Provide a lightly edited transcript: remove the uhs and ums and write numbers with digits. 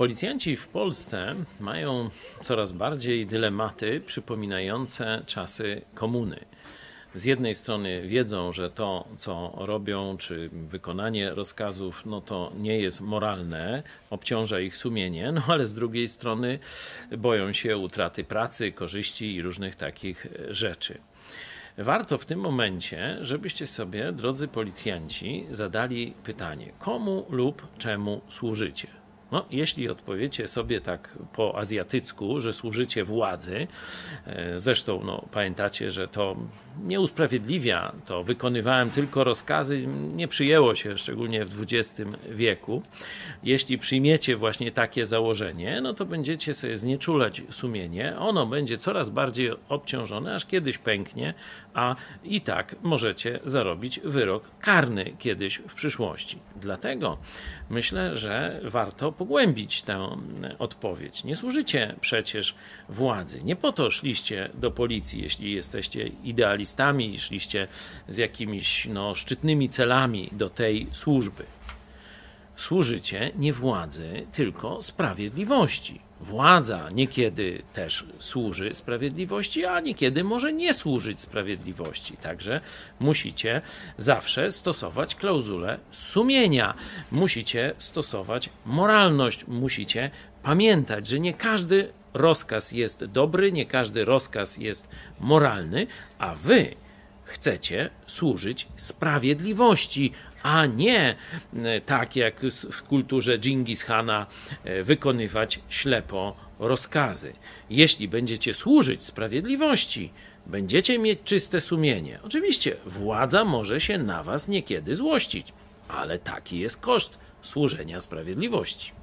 Policjanci w Polsce mają coraz bardziej dylematy przypominające czasy komuny. Z jednej strony wiedzą, że to, co robią, czy wykonanie rozkazów, no to nie jest moralne, obciąża ich sumienie, no ale z drugiej strony boją się utraty pracy, korzyści i różnych takich rzeczy. Warto w tym momencie, żebyście sobie, drodzy policjanci, zadali pytanie, komu lub czemu służycie? No, jeśli odpowiecie sobie tak po azjatycku, że służycie władzy, zresztą no, pamiętacie, że to nie usprawiedliwia, to wykonywałem tylko rozkazy, nie przyjęło się, szczególnie w XX wieku. Jeśli przyjmiecie właśnie takie założenie, no to będziecie sobie znieczulać sumienie, ono będzie coraz bardziej obciążone, aż kiedyś pęknie, a i tak możecie zarobić wyrok karny kiedyś w przyszłości. Dlatego myślę, że warto pogłębić tę odpowiedź. Nie służycie przecież władzy. Nie po to szliście do policji, jeśli jesteście idealistami i szliście z jakimiś szczytnymi celami do tej służby. Służycie nie władzy, tylko sprawiedliwości. Władza niekiedy też służy sprawiedliwości, a niekiedy może nie służyć sprawiedliwości. Także musicie zawsze stosować klauzulę sumienia. Musicie stosować moralność. Musicie pamiętać, że nie każdy rozkaz jest dobry, nie każdy rozkaz jest moralny, a wy chcecie służyć sprawiedliwości, a nie tak jak w kulturze Dżingis Hana wykonywać ślepo rozkazy. Jeśli będziecie służyć sprawiedliwości, będziecie mieć czyste sumienie. Oczywiście władza może się na was niekiedy złościć, ale taki jest koszt służenia sprawiedliwości.